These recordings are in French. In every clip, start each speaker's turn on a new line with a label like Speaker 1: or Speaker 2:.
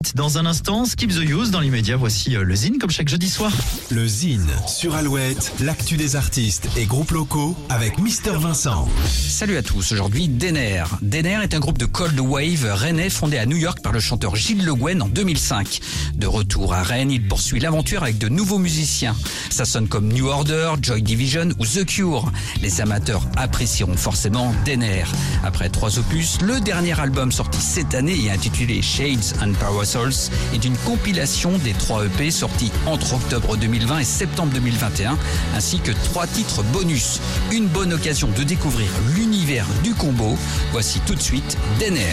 Speaker 1: suite dans un instant. Skip the Use. Dans l'immédiat, voici le Zine comme chaque jeudi soir.
Speaker 2: Le Zine sur Alouette, l'actu des artistes et groupes locaux avec Mister Vincent.
Speaker 3: Salut à tous, aujourd'hui Dener. Dener est un groupe de cold wave rennais fondé à New York par le chanteur Gilles Le Guen en 2005. De retour à Rennes, il poursuit l'aventure avec de nouveaux musiciens. Ça sonne comme New Order, Joy Division ou The Cure. Les amateurs apprécieront forcément Dener. Après 3 opus, le dernier album sorti cette année et intitulé Shades and Parasols est une compilation des 3 EP sortis entre octobre 2020 et septembre 2021, ainsi que 3 titres bonus. Une bonne occasion de découvrir l'univers du combo. Voici tout de suite Dener.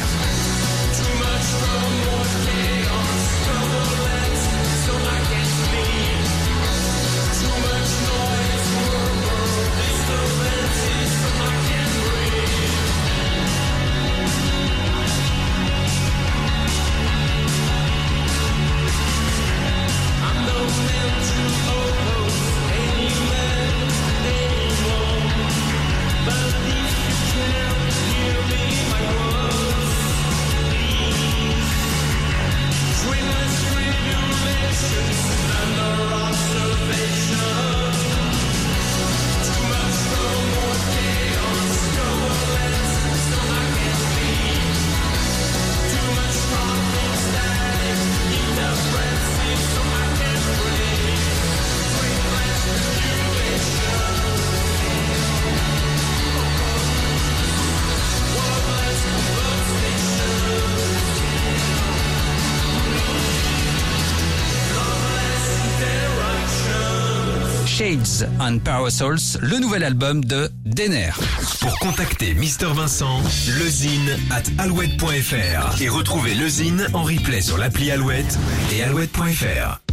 Speaker 3: Shades and Parasols, le nouvel album de Dener.
Speaker 2: Pour contacter Mister Vincent, lezine@alouette.fr et retrouver le Zine en replay sur l'appli Alouette et alouette.fr.